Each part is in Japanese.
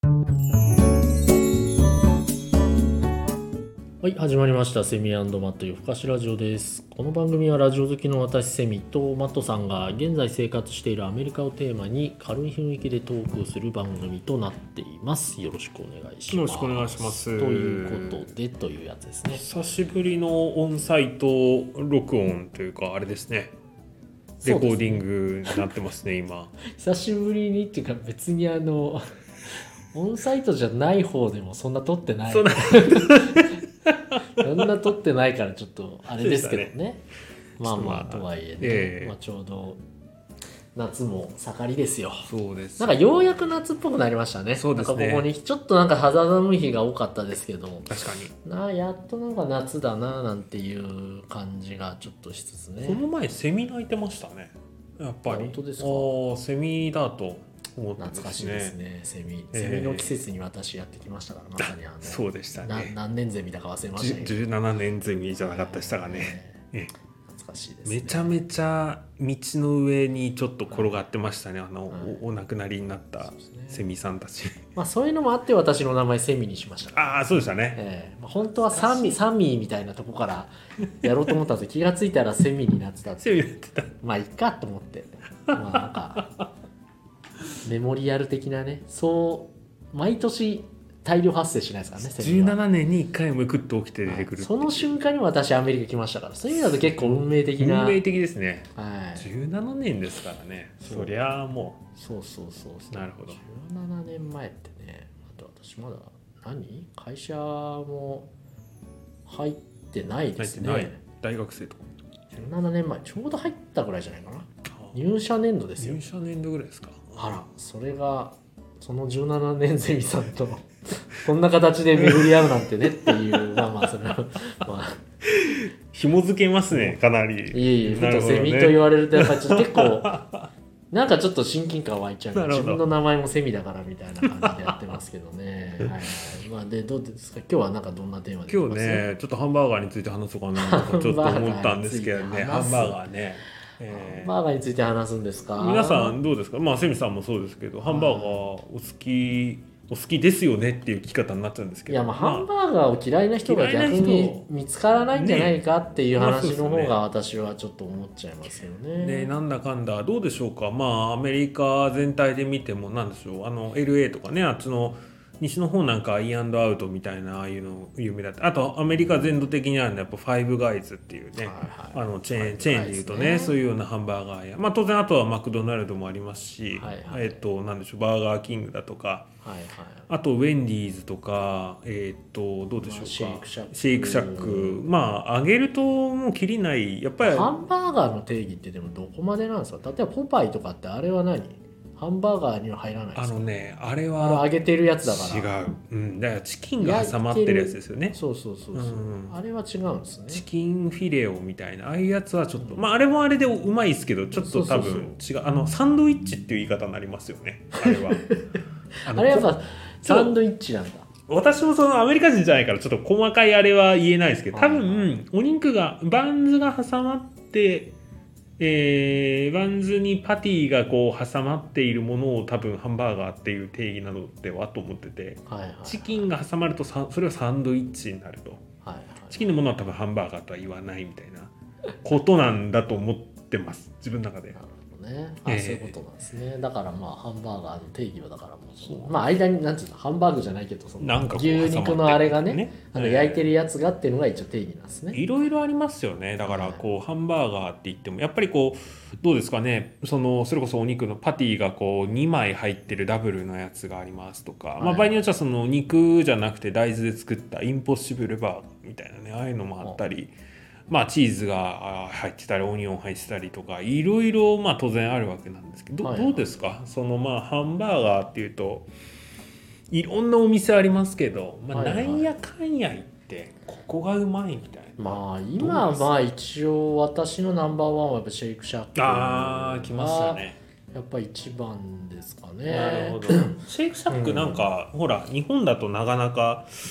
はい、始まりました。セミ&マット夜更かしラジオです。この番組はラジオ好きの私セミとマットさんが現在生活しているアメリカをテーマに軽い雰囲気でトークをする番組となっています。よろしくお願いします。 よろしくお願いします。 ということでというやつですね。 久しぶりのオンサイト録音というかあれですね。レコーディングになってますね今。 久しぶりにっていうか別にオンサイトじゃない方でもそんな撮ってない。そんな撮ってないからちょっとあれですけどね。まあとはいえね、ちょうど夏も盛りですよ。 そうです。 なんかようやく夏っぽくなりましたね。 そうですね。 なんかここにちょっとなんか肌寒い日が多かったですけど、 確かに。 やっとなんか夏だななんていう感じがちょっとしつつね。 この前セミ鳴いてましたね。やっぱり。 本当ですか。 セミだと思ってますね。 懐かしいですね。セミの季節に私やってきましたから、まさにそうでしたね。 何年ゼミだか忘れましたけど。 17年ゼミじゃなかったでしたかね。 懐かしいですね。 めちゃめちゃ道の上にちょっと転がってましたね。お亡くなりになったセミさんたち。 まあそういうのもあって私の名前セミにしました。 ああそうでしたね。 本当はサミーみたいなとこからやろうと思ったんですけど気がついたらセミになってた。 セミになってた。 まあいっかと思って。まあなんかメモリアル的なね、そう毎年大量発生しないですからね。 17年に1回むくっと起きて出てくる。 その瞬間に私アメリカ来ましたから、そういう意味だと結構運命的な。 運命的ですね。 はい。 17年ですからね。そりゃあもう。そう。 なるほど。 17年前ってね、あと私まだ会社も入ってないですね。 入ってない。大学生とか。 17年前ちょうど入ったぐらいじゃないかな。入社年度ですよ。 入社年度ぐらいですか。 あら、それがその17年ゼミさんとこんな形で巡り合うなんてねっていうまあそれは紐付けますねかなり。 いえふとセミと言われるとやっぱりちょっと結構なんかちょっと親近感湧いちゃう。自分の名前もセミだからみたいな感じでやってますけどね。はい。まあでどうですか。今日はなんかどんなテーマで。 今日ねちょっとハンバーガーについて話そうかなとちょっと思ったんですけどね。ハンバーガーね。 ハンバーガーについて話すんですか。 皆さんどうですか。まあセミさんもそうですけどハンバーガーお好きですよねっていう聞き方になっちゃうんですけど、 いやまあハンバーガーを嫌いな人が逆に見つからないんじゃないかっていう話の方が私はちょっと思っちゃいますよね。 でなんだかんだどうでしょうか。まあアメリカ全体で見てもなんでしょうLA とかねあっちの西の方なんかインアンドアウトみたいなああいうの有名だった。あとアメリカ全土的にあるのはやっぱファイブガイズっていうね、チェーンでいうとねそういうようなハンバーガーや、まあ当然あとはマクドナルドもありますし、なんでしょうバーガーキングだとか、あとウェンディーズとかどうでしょうか、シェイクシャックまあ上げるともうきりないやっぱりハンバーガーの定義ってでもどこまでなんですか。例えばポパイとかってあれは何ハンバーガーには入らないですか。 あれは揚げてるやつだから違う、だからチキンが挟まってるやつですよね。 そう、あれは違うんですね。 チキンフィレオみたいなああいうやつはちょっと、まああれもあれでうまいですけどちょっと多分違うサンドイッチっていう言い方になりますよねあれはあれやっぱサンドイッチなんだ。 私もそのアメリカ人じゃないからちょっと細かいあれは言えないですけど多分お肉がバンズが挟まってバンズにパティがこう挟まっているものを多分ハンバーガーっていう定義なのではと思ってて、チキンが挟まるとそれはサンドイッチになると、チキンのものは多分ハンバーガーとは言わないみたいなことなんだと思ってます自分の中で。 そういうことなんですね。だからまあハンバーガーの定義はだからもうまあ間になんていうのハンバーグじゃないけどその牛肉のあれがね焼いてるやつがっていうのが一応定義なんですね。 いろいろありますよね。だからこうハンバーガーって言ってもやっぱりこうどうですかねそれこそお肉のパティがこう2枚入ってるダブルのやつがありますとか、まあ場合によってはその肉じゃなくて大豆で作ったインポッシブルバーガーみたいなねああいうのもあったり。まあチーズが入ってたりオニオン入ってたりとかいろいろまあ当然あるわけなんですけど、どうですかそのまあハンバーガーっていうといろんなお店ありますけど、まあ、なんやかんや言ってここがうまいみたいな。 まあ今まあ一応私のナンバーワンはやっぱシェイクシャックが来ますよね。 やっぱ一番ですかね。 なるほど。シェイクシャックなんか、ほら日本だとなかなか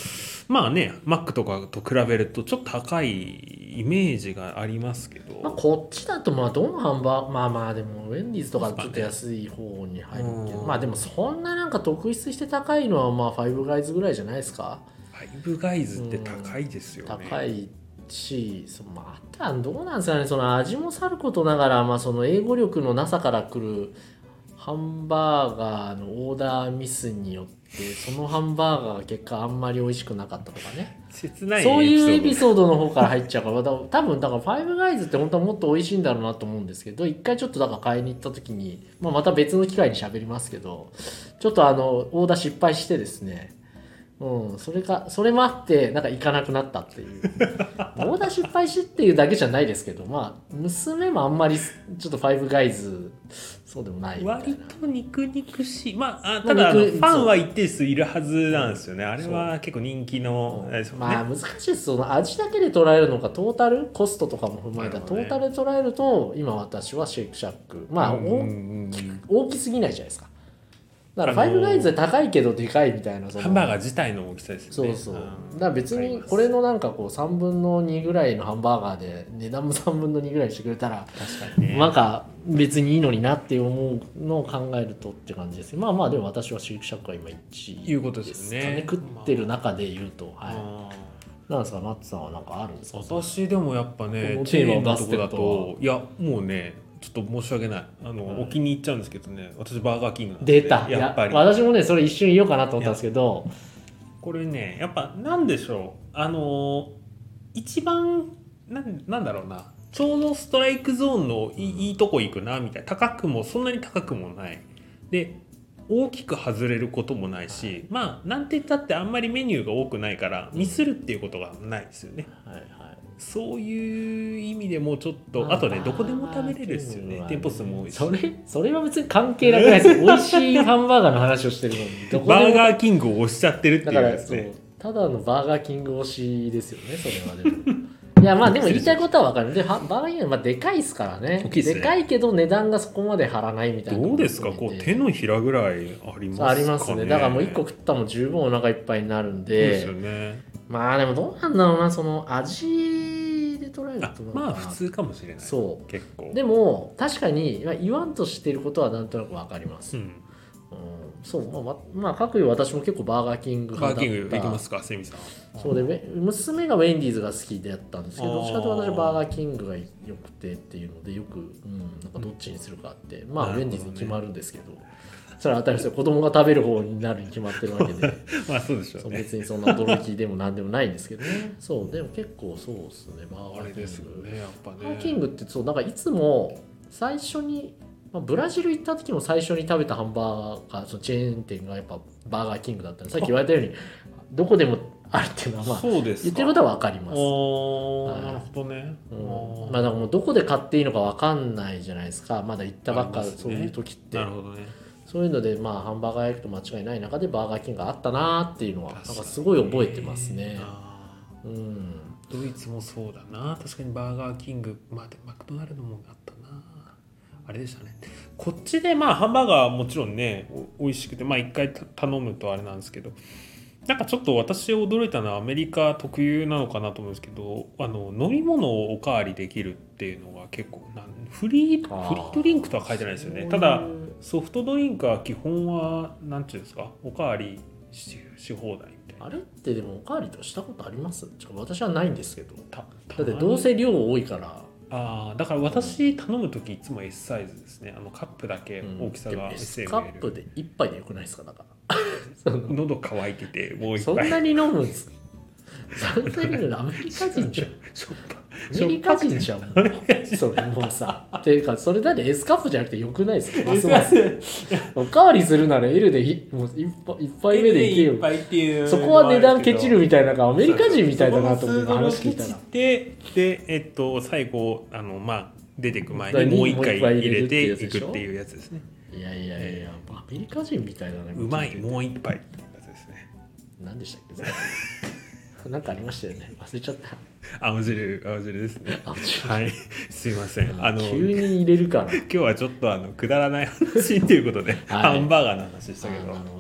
まあねマックとかと比べるとちょっと高いイメージがありますけど、 まあ、こっちだとまあどのハンバーまあまあでもウェンディーズとかちょっと安い方に入るけど、まあでもそんななんか特筆して高いのはまあファイブガイズぐらいじゃないですか。 ファイブガイズって高いですよね。 高いし、まあ、あとはどうなんですかね、その味もさることながら、まあ、その英語力のなさからくるハンバーガーのオーダーミスによってそのハンバーガーが結果あんまり美味しくなかったとかね、 切ないそういうエピソードの方から入っちゃうから多分だからファイブガイズって本当はもっと美味しいんだろうなと思うんですけど、一回ちょっとだから買いに行った時に、まあ、また別の機会に喋りますけど、ちょっとオーダー失敗してですね、それもあってなんか行かなくなったっていうオーダー失敗しっていうだけじゃないですけど、まあ娘もあんまりちょっとファイブガイズそうでもないみたいな、 割と肉々しい、まあただファンは一定数いるはずなんですよね。あれは結構人気のあれですもんね。 まあ難しいです。その味だけで捉えるのかトータルコストとかも踏まえたトータルで捉えると、今私はシェイクシャックまあ大きすぎないじゃないですか。だからファイブガイズで高いけどでかいみたいな、 ハンバーガー自体の大きさですよね。 そうだから別にこれのなんかこう3分の2ぐらいのハンバーガーで値段も3分の2ぐらいにしてくれたら確かにね、 なんか別にいいのになって思うのを考えるとって感じです。まあまあでも私はシェイクシャックは今1位いうことですよね。 食ってる中で言うと、なんですかマッツさんはなんかあるんですか。 私でもやっぱねチェーンのとこだといやもうねちょっと申し訳ないお気に入っちゃうんですけどね、私バーガーキングなんで出た。 やっぱり私もねそれ一瞬言おうかなと思ったんですけど、 これねやっぱなんでしょう一番なんだろうな、ちょうどストライクゾーンのいいとこ行くなみたいな、高くもそんなに高くもないで大きく外れることもないし、まあなんて言ったってあんまりメニューが多くないからミスるっていうことがないですよね。そういう意味でもちょっとあとねどこでも食べれるですよね。店舗数も多いし、 それは別に関係なくないですよ。美味しいハンバーガーの話をしてるのにどこでもバーガーキングを押しちゃってるっていうですね。 ただのバーガーキング推しですよね、それは。でもいやまあでも言いたいことは分かる。でバーガーキングはでかいですからね。 大きいですね。 でかいけど値段がそこまで張らないみたいな。 どうですか、こう手のひらぐらいありますかね。 ありますね。だからもう1個食ったも十分お腹いっぱいになるんで。 そうですよね。 まあでもどうなんだろうな、その味で捉えるとまあ普通かもしれない。 そう結構でも確かに言わんとしていることはなんとなく分かります。そうまあ各有私も結構バーガーキングバーガーキング行きますか、セミさん。 そうで娘がウェンディーズが好きでやったんですけど、どっちかというと私はバーガーキングが良くてっていうのでよく、なんかどっちにするかってまあウェンディーズに決まるんですけど、それは当たり前ですよ。子供が食べる方になるに決まってるわけでまあそうでしょうね。 別にそんな驚きでもなんでもないんですけどね。そうでも結構そうですね、バーガーキング。 あれですよね、やっぱね。 バーガーキングってそうなんかいつも最初に、ブラジル行った時も最初に食べたハンバーガーそのチェーン店がやっぱバーガーキングだったんで、さっき言われたようにどこでもあるっていうのはまあそうです言ってることは分かります。 なるほどね。 まあだからもうどこで買っていいのか分かんないじゃないですか、まだ行ったばっか、そういう時って。 なるほどね。 そういうのでまあハンバーガー焼くと間違いない中でバーガーキングがあったなっていうのはなんかすごい覚えてますね。 ドイツもそうだな、確かにバーガーキング、まあマクドナルドもあったな、あれでしたね。こっちでまあハンバーガーはもちろんね美味しくて、まあ一回頼むとあれなんですけど、なんかちょっと私驚いたのはアメリカ特有なのかなと思うんですけど、飲み物をおかわりできるっていうのが結構フリードリンクとは書いてないですよね。ただソフトドリンクは基本はなんていうんですか、おかわりし放題みたいな。 あれってでもおかわりとしたことあります？私はないんですけど、だってどうせ量多いから。 だから私頼む時いつも S サイズですね。カップだけ大きさが S カップで1杯でよくないですか。だから喉乾いててもう一杯そんなに飲むんですか。そんなに飲む。アメリカ人じゃん。アメリカ人じゃん。それもうさっていうか、それだって S カップじゃなくてよくないですか。ますますおかわりするなら L でもう一杯目でいけよ。そこは値段ケチるみたいな、アメリカ人みたいだなと思って話聞いたら。 で最後まあ出てく前にもう一回入れていくっていうやつですね。 いやアメリカ人みたいだね。 うまいもう一杯ってやつですね。 何でしたっけ。なんかありましたよね。忘れちゃった。 青汁ですね。はい、すいません。 急に入れるから。 今日はちょっとくだらない話っていうことで、ハンバーガーの話でしたけど。 なるほど。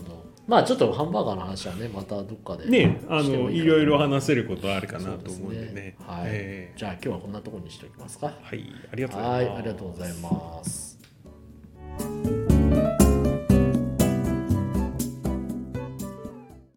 まあちょっとハンバーガーの話はねまたどっかでねしてもいろいろ話せることあるかなと思うんでね。 はい、じゃあ今日はこんなところにしておきますか。 はい、ありがとうございます。 はい、ありがとうございます。